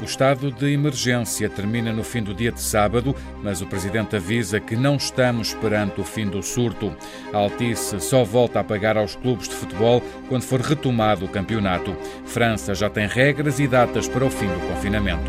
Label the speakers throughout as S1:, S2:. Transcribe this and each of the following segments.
S1: O estado de emergência termina no fim do dia de sábado, mas o Presidente avisa que não estamos perante o fim do surto. A Altice só volta a pagar aos clubes de futebol quando for retomado o campeonato. França já tem regras e datas para o fim do confinamento.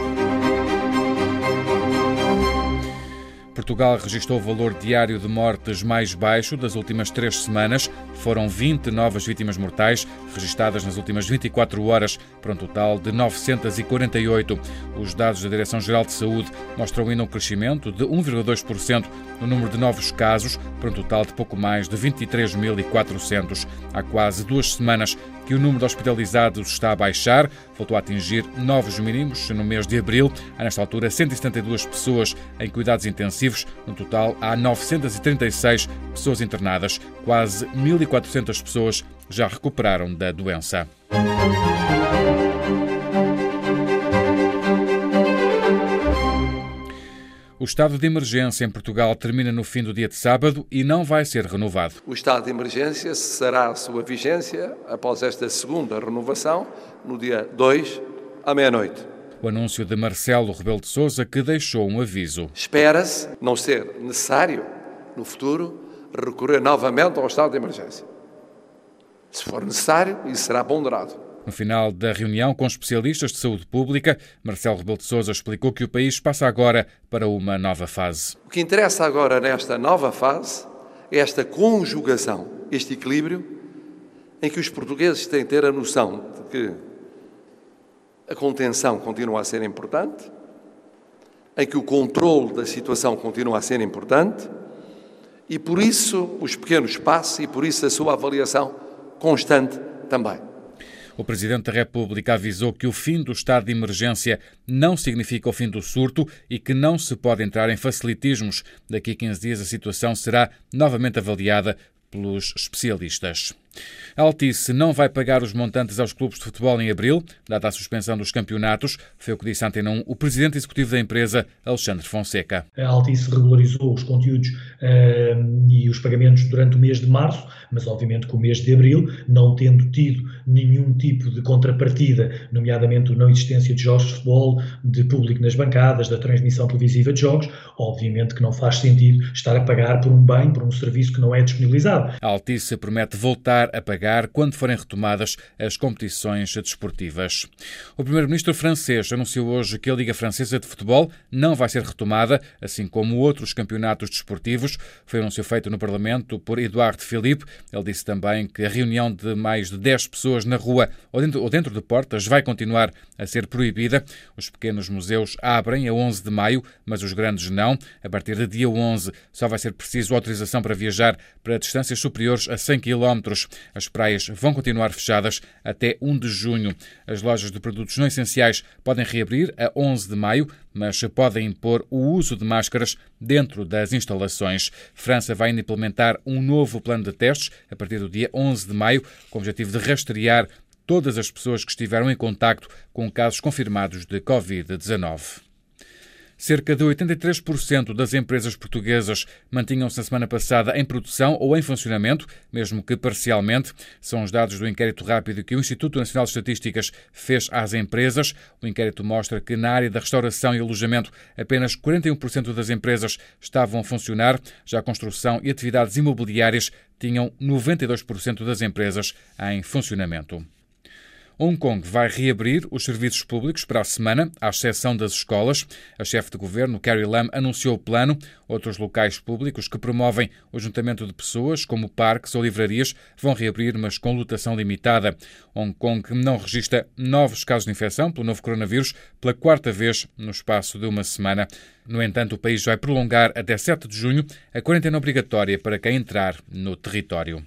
S1: Portugal registrou o valor diário de mortes mais baixo das últimas 3 semanas. Foram 20 novas vítimas mortais registadas nas últimas 24 horas, para um total de 948. Os dados da Direção-Geral de Saúde mostram ainda um crescimento de 1,2% no número de novos casos, para um total de pouco mais de 23.400. Há quase 2 semanas que o número de hospitalizados está a baixar, voltou a atingir novos mínimos no mês de abril. Há, nesta altura, 172 pessoas em cuidados intensivos. No total, há 936 pessoas internadas. Quase 1.400 pessoas já recuperaram da doença. O estado de emergência em Portugal termina no fim do dia de sábado e não vai ser renovado.
S2: O estado de emergência cessará a sua vigência após esta segunda renovação, no dia 2, à meia-noite.
S1: O anúncio de Marcelo Rebelo de Sousa, que deixou um aviso.
S2: Espera-se não ser necessário, no futuro, recorrer novamente ao estado de emergência. Se for necessário, isso será ponderado.
S1: No final da reunião com especialistas de saúde pública, Marcelo Rebelo de Sousa explicou que o país passa agora para uma nova fase.
S2: O que interessa agora nesta nova fase é esta conjugação, este equilíbrio, em que os portugueses têm de ter a noção de que a contenção continua a ser importante, em que o controle da situação continua a ser importante e, por isso, os pequenos passos e, por isso, a sua avaliação constante também.
S1: O Presidente da República avisou que o fim do estado de emergência não significa o fim do surto e que não se pode entrar em facilitismos. Daqui a 15 dias a situação será novamente avaliada pelos especialistas. A Altice não vai pagar os montantes aos clubes de futebol em abril, dada a suspensão dos campeonatos. Foi o que disse à Antena 1 o presidente executivo da empresa, Alexandre Fonseca.
S3: A Altice regularizou os conteúdos e os pagamentos durante o mês de março, mas obviamente que o mês de abril, não tendo tido nenhum tipo de contrapartida, nomeadamente a não existência de jogos de futebol, de público nas bancadas, da transmissão televisiva de jogos, obviamente que não faz sentido estar a pagar por um bem, por um serviço que não é disponibilizado.
S1: A Altice promete voltar a pagar quando forem retomadas as competições desportivas. O primeiro-ministro francês anunciou hoje que a Liga Francesa de Futebol não vai ser retomada, assim como outros campeonatos desportivos. Foi um anúncio feito no Parlamento por Édouard Philippe. Ele disse também que a reunião de mais de 10 pessoas na rua ou dentro de portas vai continuar a ser proibida. Os pequenos museus abrem a 11 de maio, mas os grandes não. A partir de dia 11 só vai ser preciso autorização para viajar para distâncias superiores a 100 km. As praias vão continuar fechadas até 1 de junho. As lojas de produtos não essenciais podem reabrir a 11 de maio, mas podem impor o uso de máscaras dentro das instalações. França vai ainda implementar um novo plano de testes a partir do dia 11 de maio, com o objetivo de rastrear todas as pessoas que estiveram em contacto com casos confirmados de Covid-19. Cerca de 83% das empresas portuguesas mantinham-se na semana passada em produção ou em funcionamento, mesmo que parcialmente. São os dados do inquérito rápido que o Instituto Nacional de Estatísticas fez às empresas. O inquérito mostra que na área da restauração e alojamento apenas 41% das empresas estavam a funcionar. Já a construção e atividades imobiliárias tinham 92% das empresas em funcionamento. Hong Kong vai reabrir os serviços públicos para a semana, à exceção das escolas. A chefe de governo, Carrie Lam, anunciou o plano. Outros locais públicos que promovem o juntamento de pessoas, como parques ou livrarias, vão reabrir, mas com lotação limitada. Hong Kong não registra novos casos de infecção pelo novo coronavírus pela 4ª vez no espaço de uma semana. No entanto, o país vai prolongar até 7 de junho a quarentena obrigatória para quem entrar no território.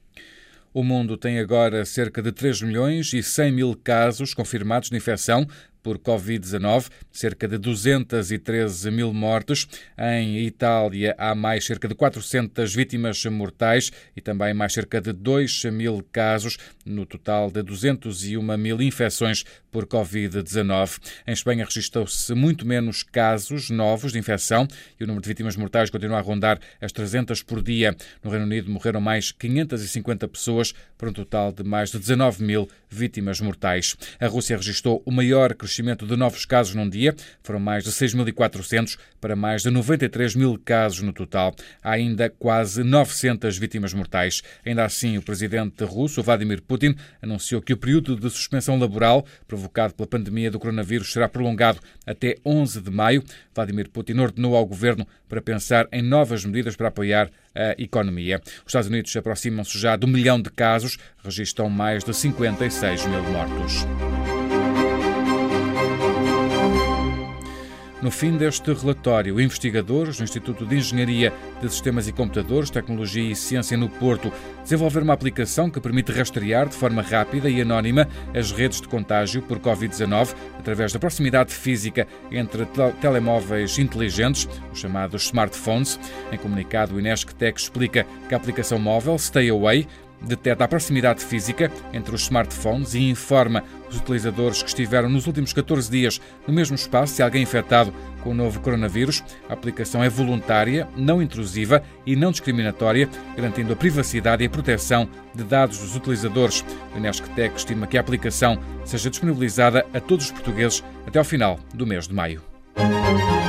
S1: O mundo tem agora cerca de 3 milhões e 100 mil casos confirmados de infecção por Covid-19, cerca de 213 mil mortes. Em Itália há mais cerca de 400 vítimas mortais e também mais cerca de 2 mil casos, no total de 201 mil infecções por Covid-19. Em Espanha registrou-se muito menos casos novos de infecção e o número de vítimas mortais continua a rondar as 300 por dia. No Reino Unido morreram mais 550 pessoas, por um total de mais de 19 mil vítimas mortais. A Rússia registrou o maior crescimento crescimento de novos casos num dia. Foram mais de 6.400 para mais de 93 mil casos no total. Há ainda quase 900 vítimas mortais. Ainda assim, o presidente russo, Vladimir Putin, anunciou que o período de suspensão laboral provocado pela pandemia do coronavírus será prolongado até 11 de maio. Vladimir Putin ordenou ao governo para pensar em novas medidas para apoiar a economia. Os Estados Unidos aproximam-se já de 1 milhão de casos, registram mais de 56 mil mortos. No fim deste relatório, investigadores do Instituto de Engenharia de Sistemas e Computadores, Tecnologia e Ciência no Porto desenvolveram uma aplicação que permite rastrear de forma rápida e anónima as redes de contágio por Covid-19 através da proximidade física entre telemóveis inteligentes, os chamados smartphones. Em comunicado, o Inesctec explica que a aplicação móvel Stay Away detecta a proximidade física entre os smartphones e informa os utilizadores que estiveram nos últimos 14 dias no mesmo espaço se alguém infectado com o novo coronavírus. A aplicação é voluntária, não intrusiva e não discriminatória, garantindo a privacidade e a proteção de dados dos utilizadores. O Inesctec estima que a aplicação seja disponibilizada a todos os portugueses até ao final do mês de maio.